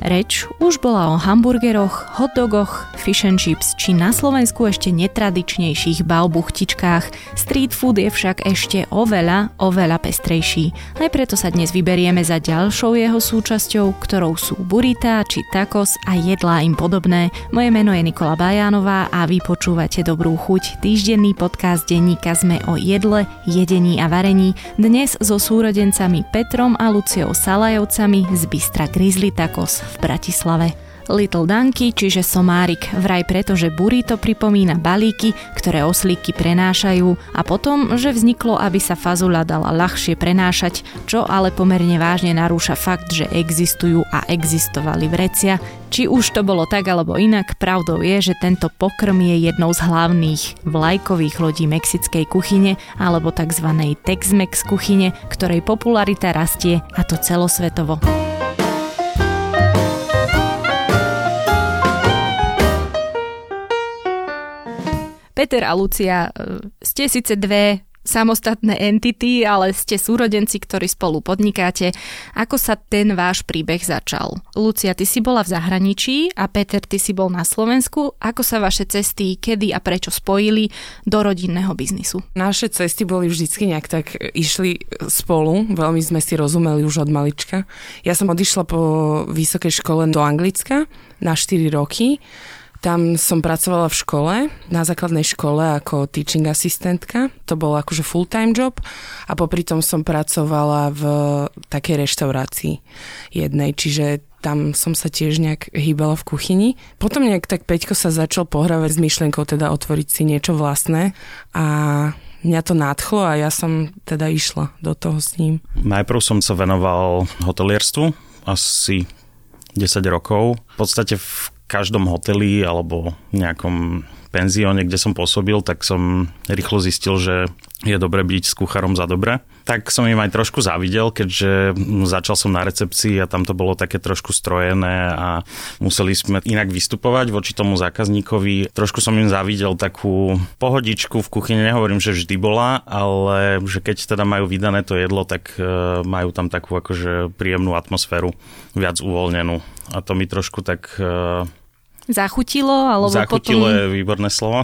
Reč už bola o hamburgeroch, hotdogoch, fish and chips či na Slovensku ešte netradičnejších baubuchtičkách. Street food je však ešte oveľa pestrejší. Aj preto sa dnes vyberieme za ďalšou jeho súčasťou, ktorou sú burrita či tacos a jedlá im podobné. Moje meno je Nikola Bajánová a vy počúvate Dobrú chuť, týždenný podcast denníka SME o jedle, jedení a varení. Dnes so súrodencami Petrom a Luciou Salajovcami z Bystra Grizzly Tacos v Bratislave. Little Danky, čiže somárik, vraj preto, že burrito pripomína balíky, ktoré oslíky prenášajú, a potom, že vzniklo, aby sa fazuľa dala ľahšie prenášať, čo ale pomerne vážne narúša fakt, že existujú a existovali vrecia. Či už to bolo tak alebo inak, pravdou je, že tento pokrm je jednou z hlavných vlajkových lodí mexickej kuchyne alebo tzv. Tex-Mex kuchyne, ktorej popularita rastie, a to celosvetovo. Peter a Lucia, ste síce dve samostatné entity, ale ste súrodenci, ktorí spolu podnikáte. Ako sa ten váš príbeh začal? Lucia, ty si bola v zahraničí a Peter, ty si bol na Slovensku. Ako sa vaše cesty, kedy a prečo spojili do rodinného biznisu? Naše cesty boli vždycky nejak tak išli spolu. Veľmi sme si rozumeli už od malička. Ja som odišla po vysokej škole do Anglicka na 4 roky. Tam som pracovala v škole, na základnej škole ako teaching asistentka. To bol akože full-time job a popri tom som pracovala v takej reštaurácii jednej, čiže tam som sa tiež nejak hýbala v kuchyni. Potom nejak tak Peťko sa začal pohrávať s myšlienkou teda otvoriť si niečo vlastné a mňa to nadchlo a ja som teda išla do toho s ním. Najprv som sa venoval hotelierstvu asi 10 rokov. V podstate v každom hoteli alebo nejakom penzióne, kde som pôsobil, tak som rýchlo zistil, že je dobre byť s kuchárom za dobre. Tak som im aj trošku závidel, keďže začal som na recepcii a tam to bolo také trošku strojené a museli sme inak vystupovať voči tomu zákazníkovi. Trošku som im závidel takú pohodičku v kuchyni, nehovorím, že vždy bola, ale že keď teda majú vydané to jedlo, tak majú tam takú akože príjemnú atmosféru, viac uvoľnenú. A to mi trošku tak zachutilo, alebo zachutilo potom... je výborné slovo.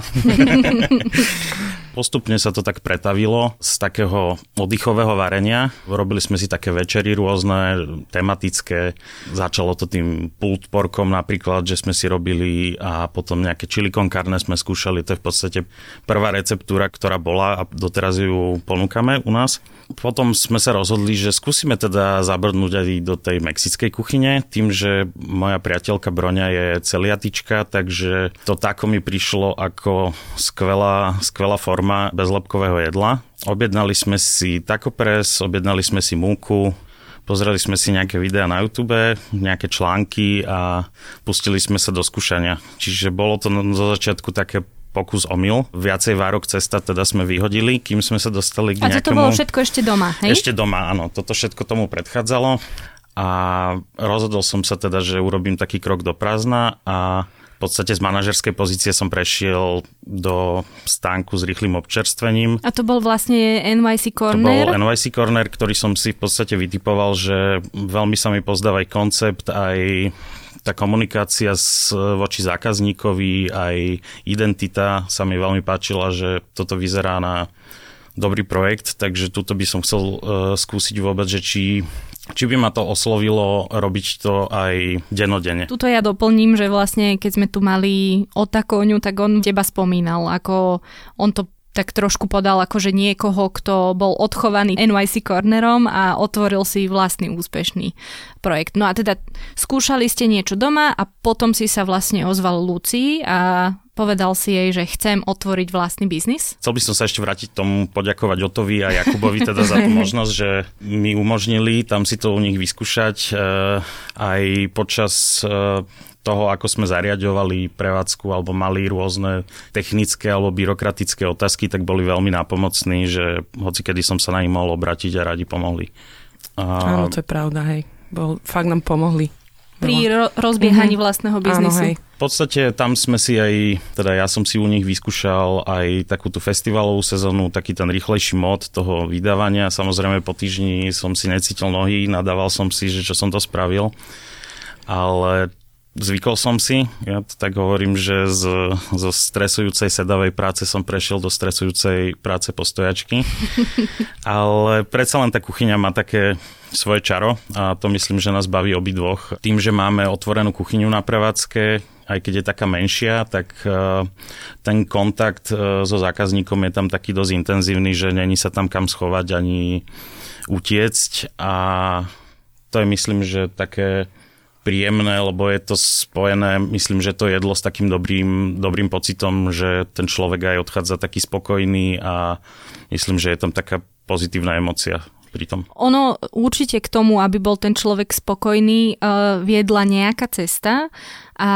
Postupne sa to tak pretavilo z takého oddychového varenia. Robili sme si také večery rôzne, tematické. Začalo to tým pulled porkom napríklad, že sme si robili, a potom nejaké chili con carne sme skúšali. To je v podstate prvá receptúra, ktorá bola, a doteraz ju ponúkame u nás. Potom sme sa rozhodli, že skúsime teda zabrnúť aj do tej mexickej kuchyne, tým, že moja priateľka Broňa je celiatička, takže to tako mi prišlo ako skvelá forma bezlepkového jedla. Objednali sme si taco press, objednali sme si múku, pozreli sme si nejaké videá na YouTube, nejaké články a pustili sme sa do skúšania. Čiže bolo to zo začiatku také pokus omyl. Viacej várok cesta teda sme vyhodili, kým sme sa dostali k nejakému... A to bolo všetko ešte doma, hej? Ešte doma, áno. Toto všetko tomu predchádzalo a rozhodol som sa teda, že urobím taký krok do prázdna a v podstate z manažerskej pozície som prešiel do stánku s rýchlym občerstvením. A to bol vlastne NYC Corner? To bol NYC Corner, ktorý som si v podstate vytipoval, že veľmi sa mi pozdáva aj koncept, aj tá komunikácia voči zákazníkovi, aj identita sa mi veľmi páčila, že toto vyzerá na dobrý projekt, takže tuto by som chcel skúsiť vôbec, že či by ma to oslovilo robiť to aj dennodenne. Tuto ja doplním, že vlastne keď sme tu mali Otakóňu, tak on teba spomínal, ako on to tak trošku podal akože niekoho, kto bol odchovaný NYC Cornerom a otvoril si vlastný úspešný projekt. No a teda skúšali ste niečo doma a potom si sa vlastne ozval Lucii a povedal si jej, že chcem otvoriť vlastný biznis? Chcel by som sa ešte vrátiť tomu, poďakovať Otovi a Jakubovi teda za tú možnosť, že mi umožnili tam si to u nich vyskúšať aj počas toho, ako sme zariaďovali prevádzku alebo mali rôzne technické alebo byrokratické otázky, tak boli veľmi nápomocní, že hocikedy som sa na nich mohol obrátiť a radi pomohli. Áno, to je pravda, hej. Fakt nám pomohli. Pri rozbiehaní vlastného biznisu. Áno, hej. V podstate tam sme si aj, teda ja som si u nich vyskúšal aj takú tú festivalovú sezónu, taký ten rýchlejší mód toho vydávania. Samozrejme po týždni som si necítil nohy, nadával som si, že čo som to spravil. ale zvykol som si. Ja to tak hovorím, že zo stresujúcej sedavej práce som prešiel do stresujúcej práce postojačky. Ale predsa len tá kuchyňa má také svoje čaro a to myslím, že nás baví obidvoch. Tým, že máme otvorenú kuchyňu na prevádzke, aj keď je taká menšia, tak ten kontakt so zákazníkom je tam taký dosť intenzívny, že není sa tam kam schovať ani utiecť a to je myslím, že také príjemné, lebo je to spojené, myslím, že to jedlo s takým dobrým pocitom, že ten človek aj odchádza taký spokojný a myslím, že je tam taká pozitívna emócia. Ono určite k tomu, aby bol ten človek spokojný, viedla nejaká cesta a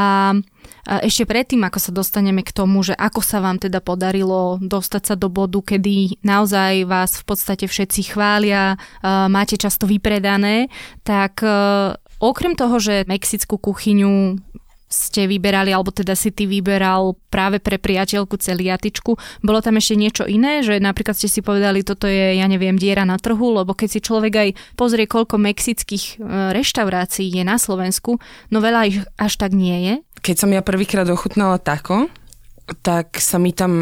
ešte predtým, ako sa dostaneme k tomu, že ako sa vám teda podarilo dostať sa do bodu, kedy naozaj vás v podstate všetci chvália, máte často vypredané, tak okrem toho, že mexickú kuchyňu ste vyberali, alebo teda si ty vyberal práve pre priateľku celiatičku. Bolo tam ešte niečo iné, že napríklad ste si povedali, toto je, ja neviem, diera na trhu, lebo keď si človek aj pozrie, koľko mexických reštaurácií je na Slovensku, no veľa ich až tak nie je. Keď som ja prvýkrát ochutnala taco, tak sa mi tam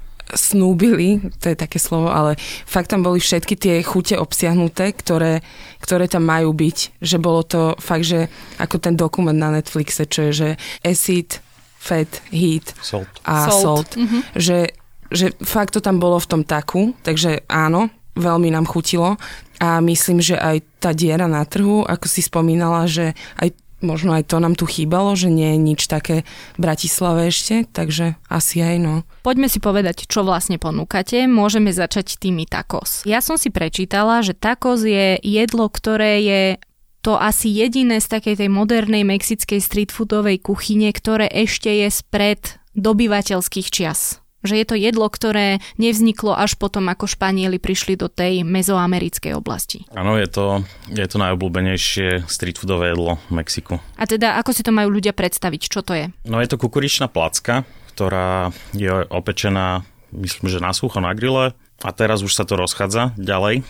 snúbili, to je také slovo, ale fakt tam boli všetky tie chute obsiahnuté, ktoré tam majú byť. Že bolo to fakt, že ako ten dokument na Netflixe, čo je, že acid, fat, heat a salt. Mm-hmm. Že fakt to tam bolo v tom taku, takže áno, veľmi nám chutilo a myslím, že aj tá diera na trhu, ako si spomínala, že aj možno aj to nám tu chýbalo, že nie je nič také v Bratislave ešte, takže asi aj no. Poďme si povedať, čo vlastne ponúkate. Môžeme začať tými tacos. Ja som si prečítala, že tacos je jedlo, ktoré je to asi jediné z takej tej modernej mexickej street foodovej kuchyne, ktoré ešte je spred dobyvateľských čias. Že je to jedlo, ktoré nevzniklo až potom, ako Španieli prišli do tej mezoamerickej oblasti. Áno, je to najobľúbenejšie street foodové jedlo v Mexiku. A teda, ako si to majú ľudia predstaviť? Čo to je? No, je to kukuričná placka, ktorá je opečená, myslím, že na sucho na grille. A teraz už sa to rozchádza ďalej.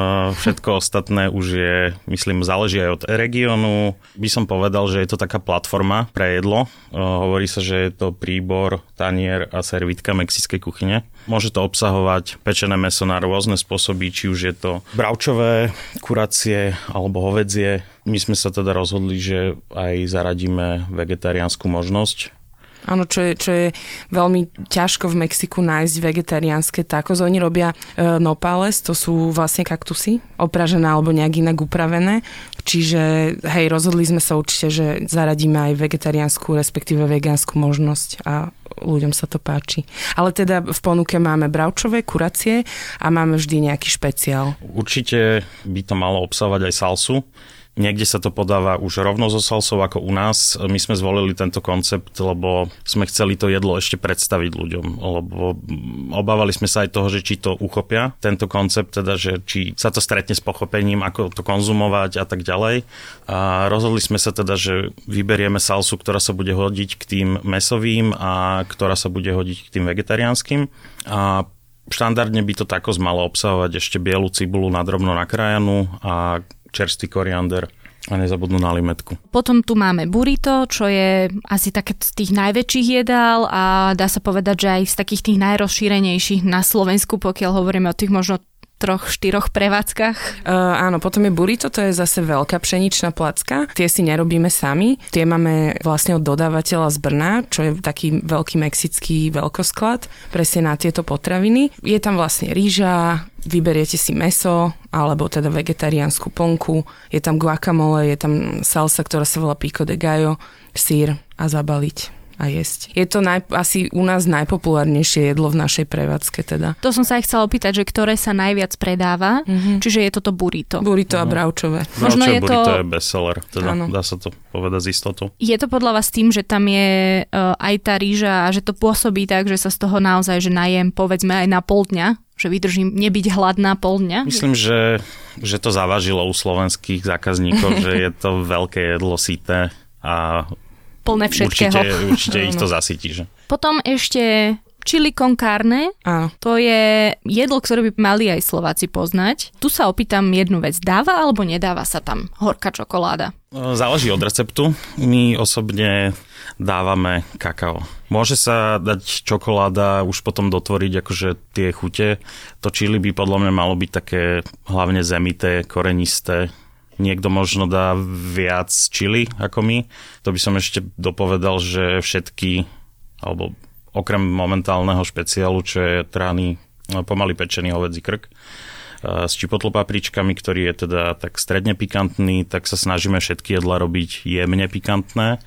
Všetko ostatné už je, myslím, záleží aj od regiónu. By som povedal, že je to taká platforma pre jedlo. Hovorí sa, že je to príbor, tanier a servítka mexickej kuchyne. Môže to obsahovať pečené mäso na rôzne spôsoby, či už je to bravčové, kuracie alebo hovädzie. My sme sa teda rozhodli, že aj zaradíme vegetariánsku možnosť. Áno, čo je veľmi ťažko v Mexiku nájsť vegetariánske tacos. Oni robia nopales, to sú vlastne kaktusy, opražené alebo nejak inak upravené. Čiže hej, rozhodli sme sa určite, že zaradíme aj vegetariánsku, respektíve vegánsku možnosť a ľuďom sa to páči. Ale teda v ponuke máme bravčové, kuracie a máme vždy nejaký špeciál. Určite by to malo obsahovať aj salsu. Niekde sa to podáva už rovno so salsou ako u nás. My sme zvolili tento koncept, lebo sme chceli to jedlo ešte predstaviť ľuďom. Lebo obávali sme sa aj toho, že či to uchopia, tento koncept, teda, že či sa to stretne s pochopením, ako to konzumovať a tak ďalej. A rozhodli sme sa teda, že vyberieme salsu, ktorá sa bude hodiť k tým mäsovým a ktorá sa bude hodiť k tým vegetariánskym. A štandardne by to tacos malo obsahovať ešte bielu cibulu nadrobno nakrájanú a čerstvý koriander a nezabudnú na limetku. Potom tu máme burrito, čo je asi také z tých najväčších jedál a dá sa povedať, že aj z takých tých najrozšírenejších na Slovensku, pokiaľ hovoríme o tých možno 3-4 prevádzkach. Áno, potom je burrito, to je zase veľká pšeničná placka. Tie si nerobíme sami. Tie máme vlastne od dodávateľa z Brna, čo je taký veľký mexický veľkosklad, presne na tieto potraviny. Je tam vlastne rýža, vyberiete si mäso, alebo teda vegetariánsku plnku, je tam guacamole, je tam salsa, ktorá sa volá pico de gallo, syr a zabaliť a jesť. Je to asi u nás najpopulárnejšie jedlo v našej prevádzke teda. To som sa aj chcela opýtať, že ktoré sa najviac predáva, čiže je toto burrito. Burrito a bravčové. Možno je burrito je bestseller, teda dá sa to povedať z istotou. Je to podľa vás tým, že tam je aj tá rýža a že to pôsobí tak, že sa z toho naozaj že najem povedzme aj na pol dňa? Že vydržím nebyť hladná pol dňa? Myslím, že to zavážilo u slovenských zákazníkov, že je to veľké jedlo, syté a plné všetkého. Určite ich to zasytí. Že? Potom ešte, Chili con carne, Áno. to je jedlo, ktoré by mali aj Slováci poznať. Tu sa opýtam jednu vec. Dáva alebo nedáva sa tam horká čokoláda? Záleží od receptu. My osobne dávame kakao. Môže sa dať čokoláda, už potom dotvoriť akože tie chute. To chili by podľa mňa malo byť také hlavne zemité, korenisté. Niekto možno dá viac chili ako my. To by som ešte dopovedal, že všetky, alebo okrem momentálneho špeciálu, čo je trhaný, pomaly pečený hovädzí krk, s chipotle papričkami, ktorý je teda tak stredne pikantný, tak sa snažíme všetky jedlá robiť jemne pikantné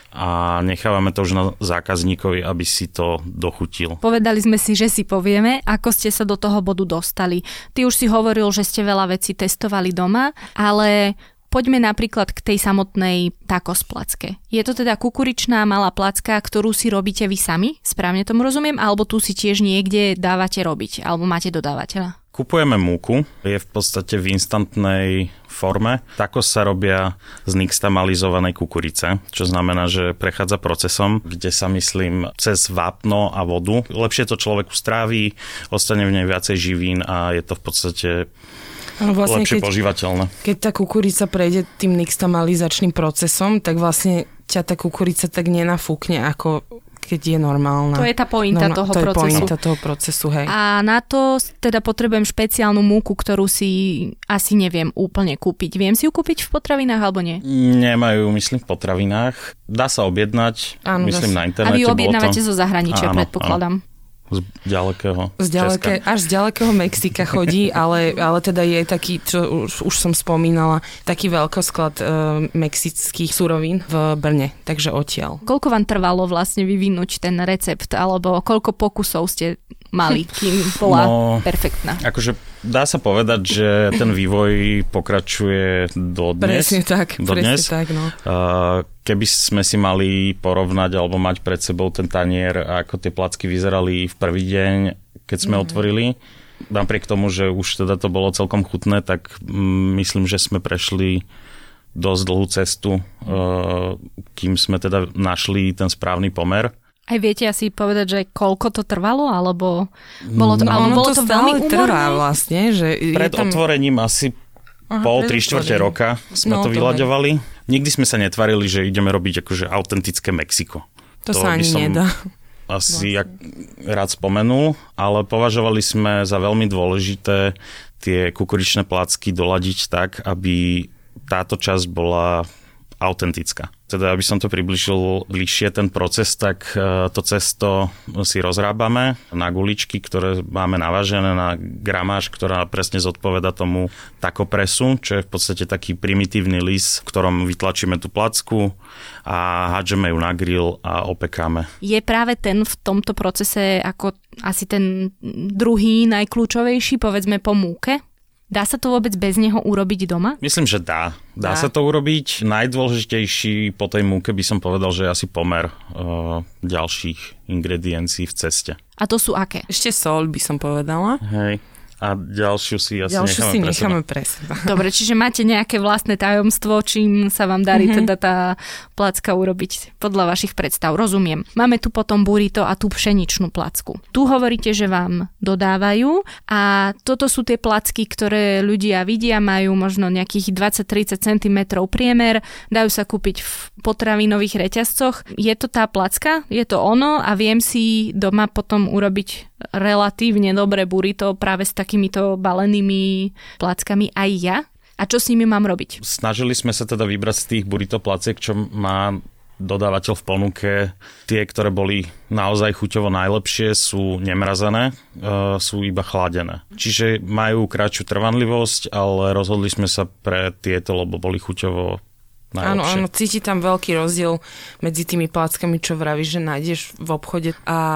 a nechávame to už na zákazníkovi, aby si to dochutil. Povedali sme si, že si povieme, ako ste sa do toho bodu dostali. Ty už si hovoril, že ste veľa vecí testovali doma, ale poďme napríklad k tej samotnej tacos placke. Je to teda kukuričná malá placka, ktorú si robíte vy sami? Správne tomu rozumiem? Alebo tu si tiež niekde dávate robiť? Alebo máte dodávateľa? Kupujeme múku, je v podstate v instantnej forme. Tacos sa robia z nixtamalizovanej kukurice, čo znamená, že prechádza procesom, kde sa myslím cez vápno a vodu. Lepšie to človeku stráví, ostane v nej viacej živín a je to v podstate vlastne lepšie požívateľné. Keď tá kukurica prejde tým nixtamalizačným procesom, tak vlastne ťa tá kukurica tak nenafúkne ako keď je normálna. To je tá pointa toho procesu. To je pointa toho procesu, hej. A na to teda potrebujem špeciálnu múku, ktorú si asi neviem úplne kúpiť. Viem si ju kúpiť v potravinách alebo nie? Nemajú, myslím, v potravinách. Dá sa objednať, áno, myslím, na internete. A vy ju objednávate zo zahraničia, áno, predpokladám. Áno. Z ďalekého až z ďalekého Mexika chodí, ale teda je taký, čo už som spomínala, taký veľkosklad mexických surovín v Brne, takže odtiaľ. Koľko vám trvalo vlastne vyvinúť ten recept, alebo koľko pokusov ste mali, kým bola perfektná? Akože dá sa povedať, že ten vývoj pokračuje dodnes. Presne tak, no. Keby sme si mali porovnať alebo mať pred sebou ten tanier, ako tie placky vyzerali v prvý deň, keď sme otvorili, napriek tomu, že už teda to bolo celkom chutné, tak myslím, že sme prešli dosť dlhú cestu, kým sme teda našli ten správny pomer. Aj viete asi povedať, že koľko to trvalo, alebo bolo to, bolo to veľmi úmorné? Trvá vlastne, že pred otvorením asi pol, 3/4 roka sme to vyľaďovali. Nikdy sme sa netvarili, že ideme robiť akože autentické Mexiko. To sa ani nedá. Asi rád spomenul, ale považovali sme za veľmi dôležité tie kukuričné placky doladiť tak, aby táto časť bola autentická. Teda, aby som to približil bližšie ten proces, tak to cesto si rozrábame na guličky, ktoré máme navážené na gramáž, ktorá presne zodpoveda tomu takopresu, čo je v podstate taký primitívny lis, v ktorom vytlačíme tú placku a hádžeme ju na grill a opekáme. Je práve ten v tomto procese ako asi ten druhý najkľúčovejší, povedzme po múke? Dá sa to vôbec bez neho urobiť doma? Myslím, že dá. Dá sa to urobiť. Najdôležitejší po tej múke by som povedal, že je asi pomer ďalších ingrediencií v ceste. A to sú aké? Ešte soľ by som povedala. Hej. A ďalšiu si necháme pre seba. Dobre, čiže máte nejaké vlastné tajomstvo, čím sa vám darí teda tá placka urobiť podľa vašich predstav. Rozumiem. Máme tu potom burrito a tú pšeničnú placku. Tu hovoríte, že vám dodávajú a toto sú tie placky, ktoré ľudia vidia, majú možno nejakých 20-30 cm priemer, dajú sa kúpiť v potravinových reťazcoch. Je to tá placka? Je to ono a viem si doma potom urobiť relatívne dobré burrito práve s takýmito balenými plackami aj ja. A čo s nimi mám robiť? Snažili sme sa teda vybrať z tých burrito placiek, čo má dodávateľ v ponuke. Tie, ktoré boli naozaj chuťovo najlepšie, sú nemrazené, sú iba chladené. Čiže majú kratšiu trvanlivosť, ale rozhodli sme sa pre tieto, lebo boli chuťovo najlepšie. Áno, cíti tam veľký rozdiel medzi tými plackami, čo vravíš, že nájdeš v obchode.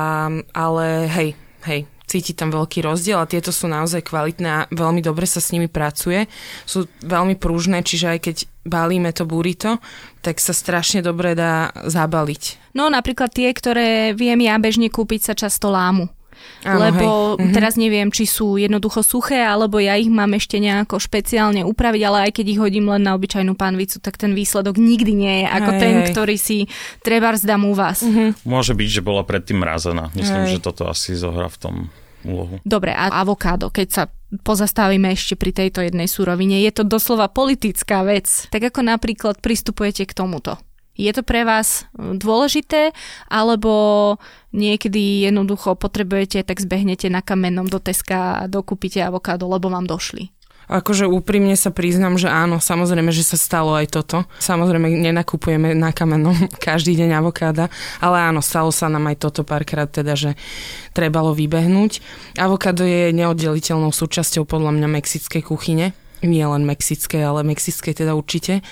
Ale hej, cíti tam veľký rozdiel a tieto sú naozaj kvalitné a veľmi dobre sa s nimi pracuje. Sú veľmi pružné, čiže aj keď balíme to burrito, tak sa strašne dobre dá zabaliť. No napríklad tie, ktoré viem ja bežne kúpiť, sa často lámu. Áno, lebo teraz neviem, či sú jednoducho suché, alebo ja ich mám ešte nejako špeciálne upraviť, ale aj keď ich hodím len na obyčajnú panvicu, tak ten výsledok nikdy nie je ako ten, ktorý si trebárs dám u vás. Môže byť, že bola predtým mrazená. Myslím, že toto asi zohrá v tom úlohu. Dobre, a avokádo, keď sa pozastavíme ešte pri tejto jednej surovine, je to doslova politická vec. Tak ako napríklad pristupujete k tomuto? Je to pre vás dôležité, alebo niekedy jednoducho potrebujete, tak zbehnete na Kamennom do Teska a dokúpite avokádo, lebo vám došli? Akože úprimne sa priznám, že áno, samozrejme, že sa stalo aj toto. Samozrejme, nenakupujeme na Kamennom každý deň avokáda, ale áno, stalo sa nám aj toto párkrát, teda, že trebalo vybehnúť. Avokádo je neoddeliteľnou súčasťou podľa mňa mexickej kuchyne. Nie len mexickej, ale mexickej teda určite.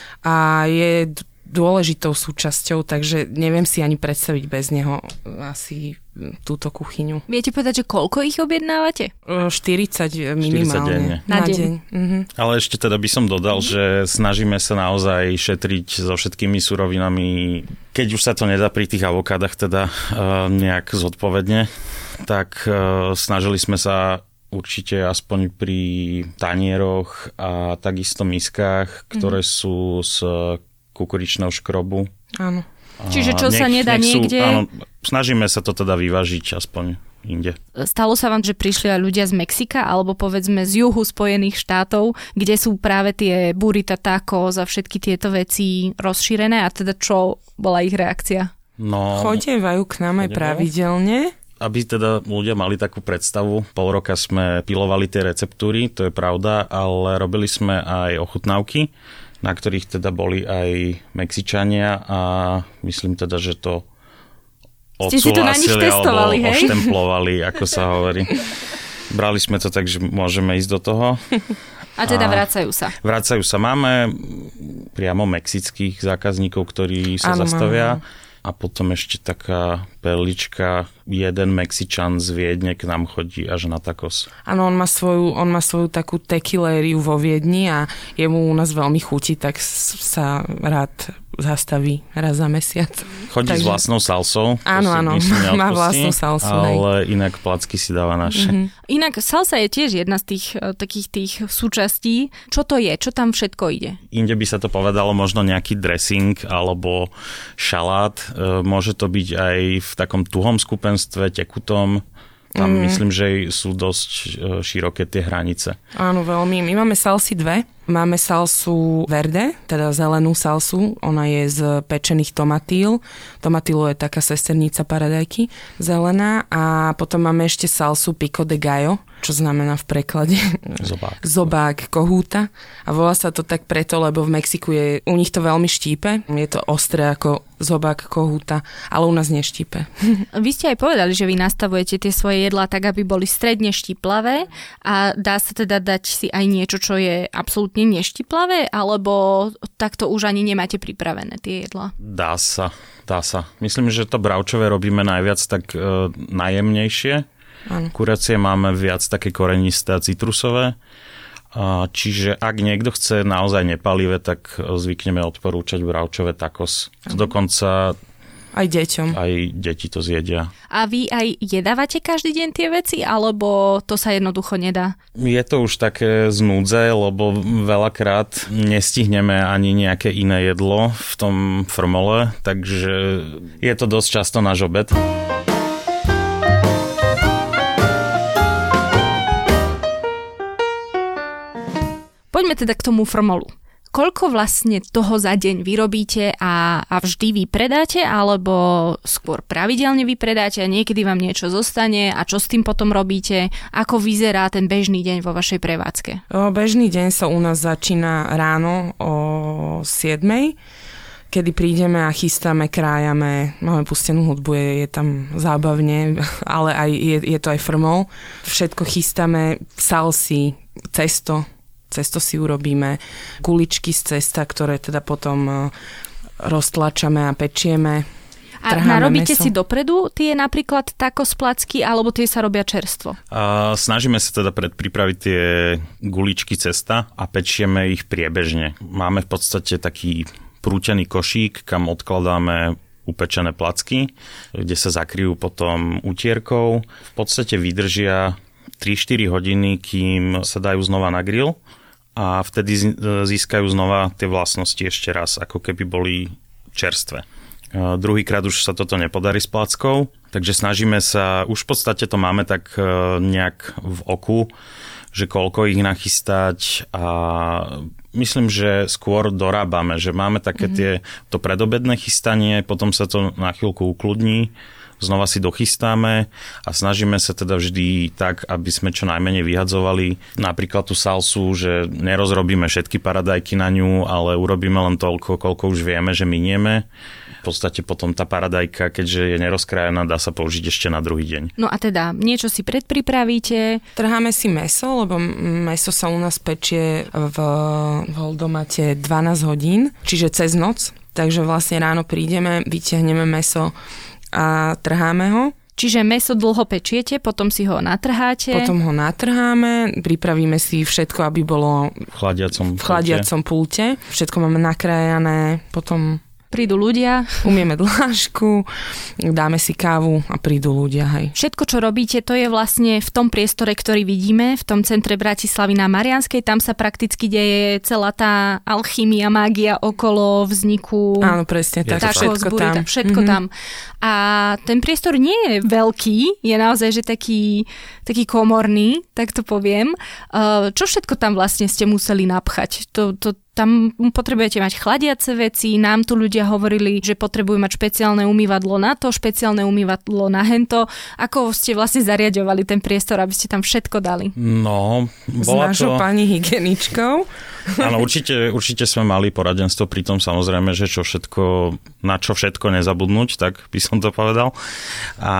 A je dôležitou súčasťou, takže neviem si ani predstaviť bez neho asi túto kuchyňu. Viete povedať, že koľko ich objednávate? 40 40 minimálne. Na deň. Ale ešte teda by som dodal, že snažíme sa naozaj šetriť so všetkými surovinami. Keď už sa to nedá pri tých avokádach teda nejak zodpovedne, tak snažili sme sa určite aspoň pri tanieroch a takisto miskách, ktoré sú z kukuričného škrobu. Áno. Čiže čo sa nedá niekde? Áno, snažíme sa to teda vyvážiť aspoň inde. Stalo sa vám, že prišli aj ľudia z Mexika alebo povedzme z juhu Spojených štátov, kde sú práve tie burrita, tacos a všetky tieto veci rozšírené a teda čo bola ich reakcia? No, chodievajú k nám aj pravidelne. Aby teda ľudia mali takú predstavu, pol roka sme pilovali tie receptúry, to je pravda, ale robili sme aj ochutnávky, na ktorých teda boli aj Mexičania a myslím teda, že to odsúhlasili alebo oštemplovali, ako sa hovorí. Brali sme to tak, že môžeme ísť do toho. A teda vracajú sa. Vracajú sa. Máme priamo mexických zákazníkov, ktorí sa zastavia. A potom ešte taká perlička, jeden Mexičan z Viedne k nám chodí až na tacos. Áno, on má svoju takú tequilériu vo Viedni a jemu u nás veľmi chutí, tak sa rád zastaví raz za mesiac. Chodí s vlastnou salsou. Áno, má vlastnú salsu. Ale inak placky si dáva naše. Inak salsa je tiež jedna z tých takých tých súčastí. Čo to je? Čo tam všetko ide? Inde by sa to povedalo možno nejaký dressing alebo šalát. Môže to byť aj v takom tuhom skupenstve, tekutom. Tam myslím, že sú dosť široké tie hranice. Áno, veľmi. My máme salsy dve. Máme salsu verde, teda zelenú salsu. Ona je z pečených tomatíl. Tomatílo je taká sesternica paradajky, zelená. A potom máme ešte salsu pico de gallo, čo znamená v preklade zobák kohúta. A volá sa to tak preto, lebo v Mexiku je, u nich to veľmi štípe. Je to ostré ako zobák kohúta, ale u nás neštípe. Vy ste aj povedali, že vy nastavujete tie svoje jedlá tak, aby boli stredne štiplavé a dá sa teda dať si aj niečo, čo je absolútne neštiplavé, alebo takto už ani nemáte pripravené tie jedlá? Dá sa. Myslím, že to bravčové robíme najviac tak najjemnejšie. Kuracie máme viac také korenisté a citrusové. Čiže ak niekto chce naozaj nepalivé, tak zvykneme odporúčať bravčové tacos. Dokonca aj deťom. Aj deti to zjedia. A vy aj jedávate každý deň tie veci, alebo to sa jednoducho nedá? Je to už také z núdze, lebo veľakrát nestihneme ani nejaké iné jedlo v tom formole, takže je to dosť často náš obed. Poďme teda k tomu formolu. Koľko vlastne toho za deň vyrobíte a vždy vypredáte, alebo skôr pravidelne vypredáte a niekedy vám niečo zostane a čo s tým potom robíte? Ako vyzerá ten bežný deň vo vašej prevádzke? Bežný deň sa u nás začína ráno o 7:00, kedy prídeme a chystáme, krájame, máme pustenú hudbu, je tam zábavne, ale aj je to aj frmol. Všetko chystáme, salsy, cesto si urobíme, guličky z cesta, ktoré teda potom roztlačame a pečieme. A narobíte si dopredu tie napríklad tacos placky, alebo tie sa robia čerstvo? Snažíme sa teda predpripraviť tie guličky cesta a pečieme ich priebežne. Máme v podstate taký prútený košík, kam odkladáme upečené placky, kde sa zakryjú potom utierkou. V podstate vydržia 3-4 hodiny, kým sa dajú znova na grill a vtedy získajú znova tie vlastnosti ešte raz, ako keby boli čerstvé. Druhýkrát už sa toto nepodarí s plackou, takže snažíme sa, už v podstate to máme tak nejak v oku, že koľko ich nachystať a myslím, že skôr dorábame, že máme také to predobedné chystanie, potom sa to na chvíľku ukludní, znova si dochystáme a snažíme sa teda vždy tak, aby sme čo najmenej vyhadzovali napríklad tú salsu, že nerozrobíme všetky paradajky na ňu, ale urobíme len toľko, koľko už vieme, že minieme. V podstate potom tá paradajka, keďže je nerozkrájená, dá sa použiť ešte na druhý deň. No a teda niečo si predpripravíte? Trháme si mäso, lebo mäso sa u nás pečie v holdomate 12 hodín, čiže cez noc. Takže vlastne ráno prídeme, vytiahneme mäso a trháme ho. Čiže mäso dlho pečiete, potom si ho natrháte. Potom ho natrháme, pripravíme si všetko, aby bolo v chladiacom pulte. Všetko máme nakrájané, potom prídu ľudia. Umieme dlášku, dáme si kávu a prídu ľudia, hej. Všetko, čo robíte, to je vlastne v tom priestore, ktorý vidíme, v tom centre Bratislavy na Marianskej. Tam sa prakticky deje celá tá alchymia, mágia okolo vzniku. Áno, presne tak. Všetko tam. A ten priestor nie je veľký, je naozaj, že taký komorný, tak to poviem. Čo všetko tam vlastne ste museli napchať? Tam potrebujete mať chladiace veci, nám tu ľudia hovorili, že potrebujú mať špeciálne umývadlo na to, špeciálne umývadlo na hento. Ako ste vlastne zariaďovali ten priestor, aby ste tam všetko dali? No, bola s našou pani hygieničkou. Áno, určite sme mali poradenstvo pri tom, samozrejme, že na čo všetko nezabudnúť, tak by som to povedal. A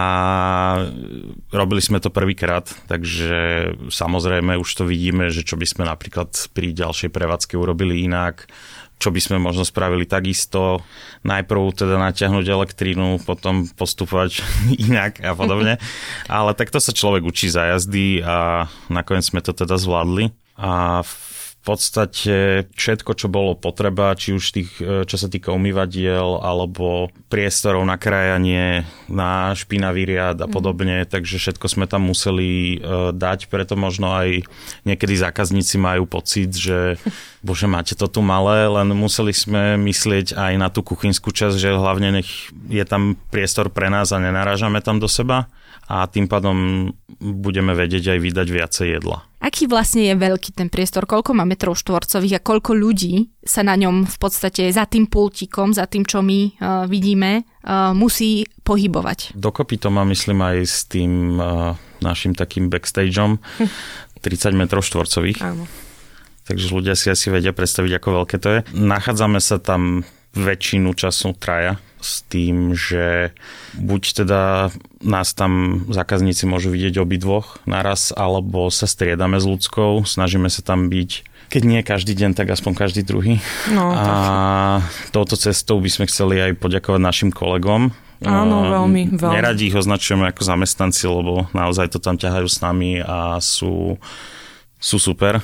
robili sme to prvýkrát, takže samozrejme už to vidíme, že čo by sme napríklad pri ďalšej prevádzke urobili inak, čo by sme možno spravili takisto. Najprv teda natiahnuť elektrínu, potom postupovať inak a podobne. Ale takto sa človek učí za jazdy a nakoniec sme to teda zvládli. A v podstate všetko, čo bolo potreba, či už čo sa týka umývadiel alebo priestorov na krájanie, na špinavý riad a podobne, takže všetko sme tam museli dať, preto možno aj niekedy zákazníci majú pocit, že bože, máte to tu malé, len museli sme myslieť aj na tú kuchynskú časť, že hlavne nech je tam priestor pre nás a nenarážame tam do seba a tým pádom budeme vedieť aj vydať viacej jedla. Aký vlastne je veľký ten priestor? Koľko má metrov štvorcových a koľko ľudí sa na ňom v podstate za tým pultíkom, za tým, čo my vidíme, musí pohybovať? Dokopy to má, myslím, aj s tým našim takým backstageom 30 metrov štvorcových. Áno. Takže ľudia si asi vedia predstaviť, ako veľké to je. Nachádzame sa tam väčšinu času traja s tým, že buď teda nás tam zákazníci môžu vidieť obidvoch naraz, alebo sa striedame s ľudskou, snažíme sa tam byť, keď nie každý deň, tak aspoň každý druhý. No, a touto cestou by sme chceli aj poďakovať našim kolegom. Áno, veľmi. Neradi ich označujeme ako zamestnanci, lebo naozaj to tam ťahajú s nami a sú super.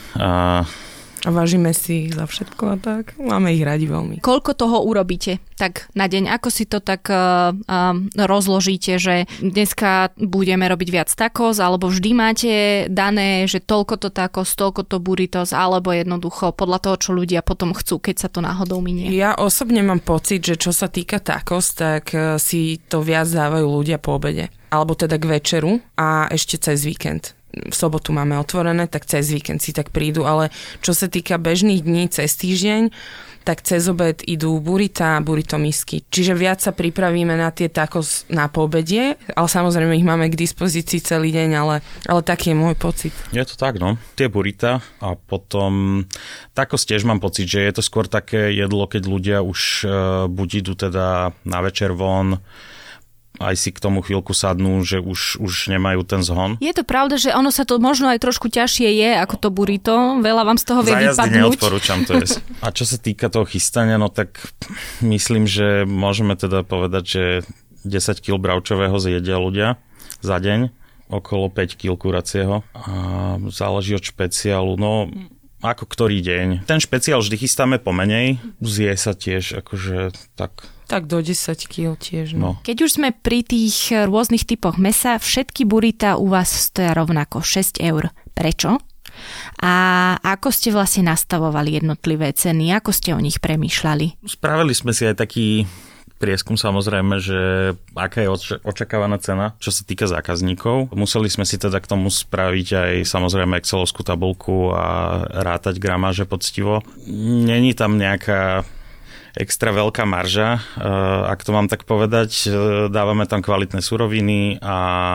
A vážime si ich za všetko a tak. Máme ich radi veľmi. Koľko toho urobíte tak na deň? Ako si to tak rozložíte, že dneska budeme robiť viac tacos, alebo vždy máte dané, že toľko to tacos, toľko to burritos, alebo jednoducho podľa toho, čo ľudia potom chcú, keď sa to náhodou minie? Ja osobne mám pocit, že čo sa týka tacos, tak si to viac dávajú ľudia po obede. Alebo teda k večeru a ešte cez víkend. V sobotu máme otvorené, tak cez víkend si tak prídu, ale čo sa týka bežných dní cez týždeň, tak cez obed idú burrito misky. Čiže viac sa pripravíme na tie tacos na poobedie, ale samozrejme ich máme k dispozícii celý deň, ale taký je môj pocit. Je to tak, no. Tie burrita a potom tacos tiež mám pocit, že je to skôr také jedlo, keď ľudia už buď idú teda na večer von, aj si k tomu chvíľku sadnú, že už nemajú ten zhon. Je to pravda, že ono sa to možno aj trošku ťažšie je ako to burrito. Veľa vám z toho vie vypadnúť. Za jazdy neodporúčam to jesť. A čo sa týka toho chystania, no tak myslím, že môžeme teda povedať, že 10 kg bravčového zjedia ľudia za deň, okolo 5 kg kuracieho. A záleží od špeciálu. No ako ktorý deň. Ten špeciál vždy chystáme pomenej, zje sa tiež akože tak... Tak do 10 kg tiež. No. Keď už sme pri tých rôznych typoch mesa, všetky burrita u vás stoja rovnako 6 eur. Prečo? A ako ste vlastne nastavovali jednotlivé ceny? Ako ste o nich premýšľali? Spravili sme si aj taký prieskum, samozrejme, že aká je očakávaná cena, čo sa týka zákazníkov. Museli sme si teda k tomu spraviť aj samozrejme excelovskú tabuľku a rátať gramáže poctivo. Není tam nejaká extra veľká marža, ak to mám tak povedať. Dávame tam kvalitné suroviny a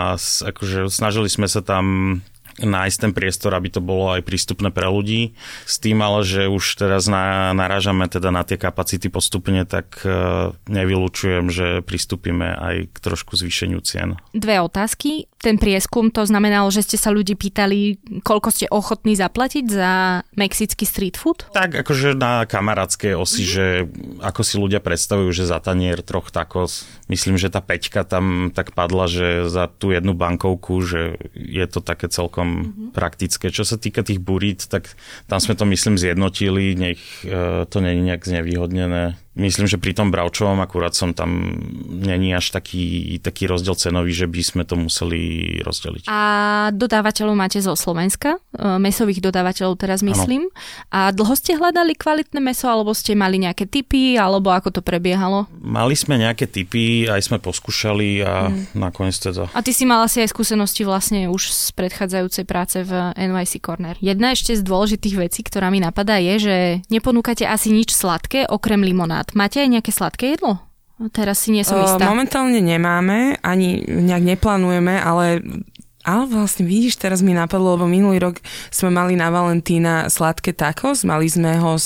akože snažili sme sa tam nájsť ten priestor, aby to bolo aj prístupné pre ľudí. S tým ale, že už teraz narážame teda na tie kapacity postupne, tak nevylučujem, že pristúpime aj k trošku zvýšeniu cien. 2 otázky. Ten prieskum, to znamenalo, že ste sa ľudí pýtali, koľko ste ochotní zaplatiť za mexický street food? Tak, akože na kamarátskej osi, že ako si ľudia predstavujú, že za tanier 3 tacos, myslím, že tá 5 tam tak padla, že za tú jednu bankovku, že je to také celkom praktické. Čo sa týka tých burít, tak tam sme to, myslím, zjednotili, nech to nie je nejak znevýhodnené. Myslím, že pri tom bravčovom akurát tam není až taký rozdiel cenový, že by sme to museli rozdeliť. A dodávateľov máte zo Slovenska? Mesových dodávateľov teraz myslím. Ano. A dlho ste hľadali kvalitné meso, alebo ste mali nejaké tipy, alebo ako to prebiehalo? Mali sme nejaké tipy, aj sme poskúšali a nakoniec teda... A ty si mal asi aj skúsenosti vlastne už z predchádzajúcej práce v NYC Corner. Jedna ešte z dôležitých vecí, ktorá mi napadá, je, že neponúkate asi nič sladké okrem limonád. Máte aj nejaké sladké jedlo? Teraz si nie som istá. Momentálne nemáme, ani nejak neplánujeme, ale vlastne vidíš, teraz mi napadlo, lebo minulý rok sme mali na Valentína sladké tacos, mali sme ho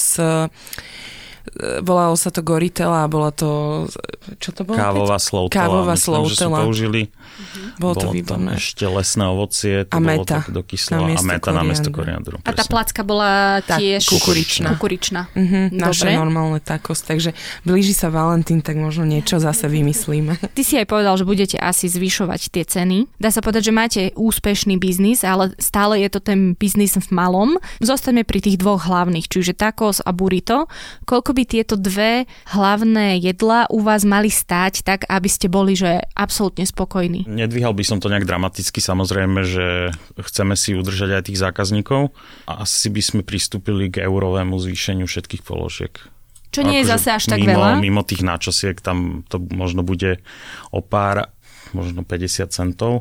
volalo sa to Goritela a bola to... Čo to bolo? Kávová sloutela. Kávová sloutela. Myslím, že sú použili. Bolo to výborné. Tam ešte lesné ovocie, to a bolo meta. tak dokyslo. A meta namiesto koriandru. A tá placka bola tiež kukuričná. Naše normálne tacos. Takže blíži sa Valentín, tak možno niečo zase vymyslíme. Ty si aj povedal, že budete asi zvyšovať tie ceny. Dá sa povedať, že máte úspešný biznis, ale stále je to ten biznis v malom. Zostaňme pri tých 2 hlavných, čiže tacos a burrito. Koľko by tieto 2 hlavné jedlá u vás mali stáť tak, aby ste boli že absolútne spokojní? Nedvíhal by som to nejak dramaticky, samozrejme, že chceme si udržať aj tých zákazníkov a asi by sme pristúpili k eurovému zvýšeniu všetkých položiek. Čo nie je zase až tak veľa? Mimo tých náčasiek tam to možno bude o pár, možno 50 centov,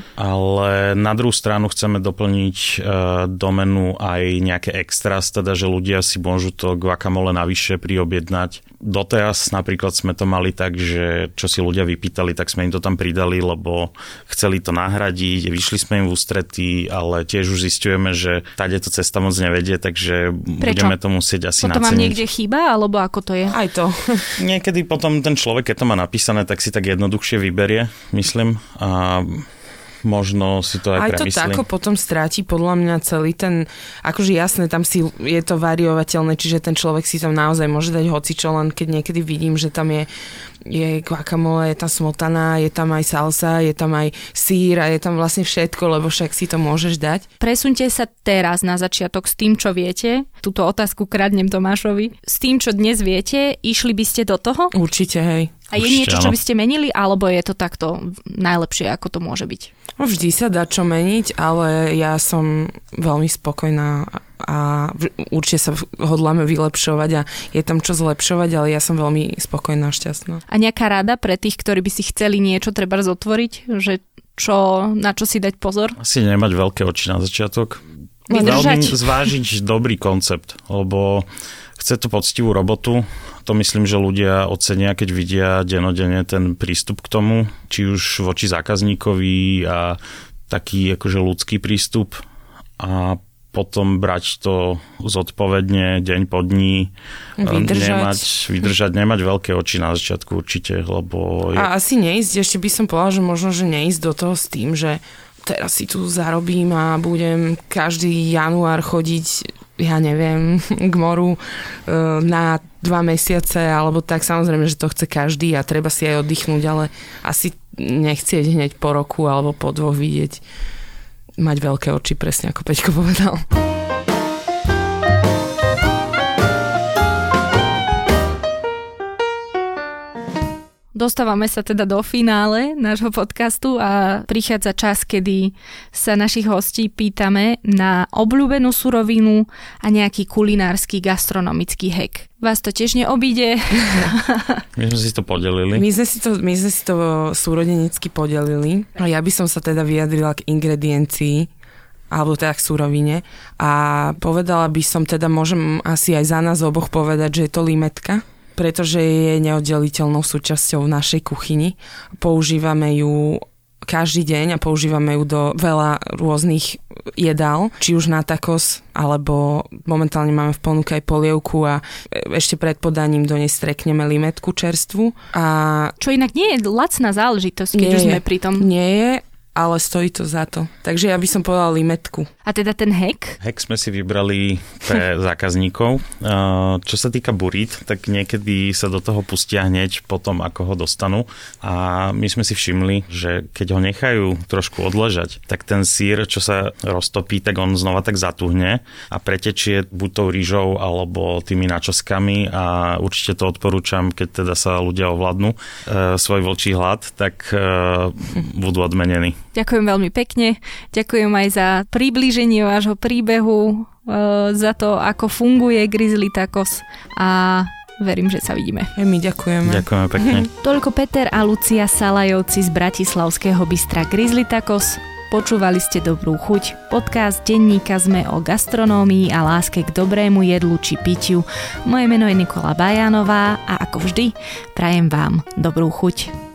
ale na druhú stranu chceme doplniť do menu aj nejaké extras, teda že ľudia si môžu to guacamole navyše priobjednať. Doteraz napríklad sme to mali tak, že čo si ľudia vypýtali, tak sme im to tam pridali, lebo chceli to nahradiť, vyšli sme im v ústretí, ale tiež už zisťujeme, že táde to cesta moc nevedie, takže budeme to musieť asi naceniť. Potom vám niekde chýba, alebo ako to je? Aj to. Niekedy potom ten človek, keď to má napísané, tak si tak jednoduchšie vyberie, myslím, a možno si to aj premyslí. Aj to tako potom stráti podľa mňa celý ten, akože jasné, tam si je to variovateľné, čiže ten človek si tam naozaj môže dať hocičo, len keď niekedy vidím, že tam je guacamole, je tam smotana, je tam aj salsa, je tam aj sír a je tam vlastne všetko, lebo však si to môžeš dať. Presunte sa teraz na začiatok s tým, čo viete. Túto otázku kradnem Tomášovi. S tým, čo dnes viete, išli by ste do toho? Určite, hej. A je niečo, čo by ste menili, alebo je to takto najlepšie, ako to môže byť? Vždy sa dá čo meniť, ale ja som veľmi spokojná a určite sa hodláme vylepšovať a je tam čo zlepšovať, ale ja som veľmi spokojná a šťastná. A nejaká rada pre tých, ktorí by si chceli niečo treba zotvoriť, že na čo si dať pozor? Asi nemať veľké oči na začiatok. Vydržať. Zvážiť dobrý koncept, lebo chce to poctivú robotu. To myslím, že ľudia ocenia, keď vidia denodenne ten prístup k tomu, či už voči zákazníkovi a taký akože ľudský prístup a potom brať to zodpovedne deň po dní, vydržať, nemať veľké oči na začiatku určite, lebo... A asi neísť, ešte by som povedala, že možno, že neísť do toho s tým, že teraz si tu zarobím a budem každý január chodiť, ja neviem, k moru na 2 mesiace, alebo tak, samozrejme, že to chce každý a treba si aj oddychnúť, ale asi nechcieť hneď po roku alebo po 2 vidieť, mať veľké oči, presne ako Peťko povedal. Dostávame sa teda do finále nášho podcastu a prichádza čas, kedy sa našich hostí pýtame na obľúbenú surovinu a nejaký kulinársky gastronomický hack. Vás to tiež neobíde? My sme si to podelili. My sme si to súrodenecky podelili. A ja by som sa teda vyjadrila k ingrediencii, alebo teda k surovine. A povedala by som teda, môžem asi aj za nás oboch povedať, že je to limetka, pretože je neoddeliteľnou súčasťou našej kuchyni. Používame ju každý deň a používame ju do veľa rôznych jedál, či už na tacos, alebo momentálne máme v ponuke aj polievku a ešte pred podaním do nej strekneme limetku čerstvu. Čo inak nie je lacná záležitosť, keď už sme pri tom. Nie je, ale stojí to za to. Takže ja by som povedala limetku. A teda ten hack? Hack sme si vybrali pre zákazníkov. Čo sa týka burít, tak niekedy sa do toho pustia hneď potom, ako ho dostanú. A my sme si všimli, že keď ho nechajú trošku odležať, tak ten sír, čo sa roztopí, tak on znova tak zatuhne a pretečie buď tou rýžou alebo tými načoskami a určite to odporúčam, keď teda sa ľudia ovládnu svoj vlčí hlad, tak budú odmenení. Ďakujem veľmi pekne. Ďakujem aj za priblíženie vášho príbehu, za to, ako funguje Grizzly Tacos a verím, že sa vidíme. My ďakujeme. Ďakujeme pekne. Toľko Peter a Lucia Salajovci z bratislavského bystra Grizzly Tacos. Počúvali ste Dobrú chuť. Podcast denníka SME o gastronómii a láske k dobrému jedlu či pitiu. Moje meno je Nikola Bajánová a ako vždy prajem vám dobrú chuť.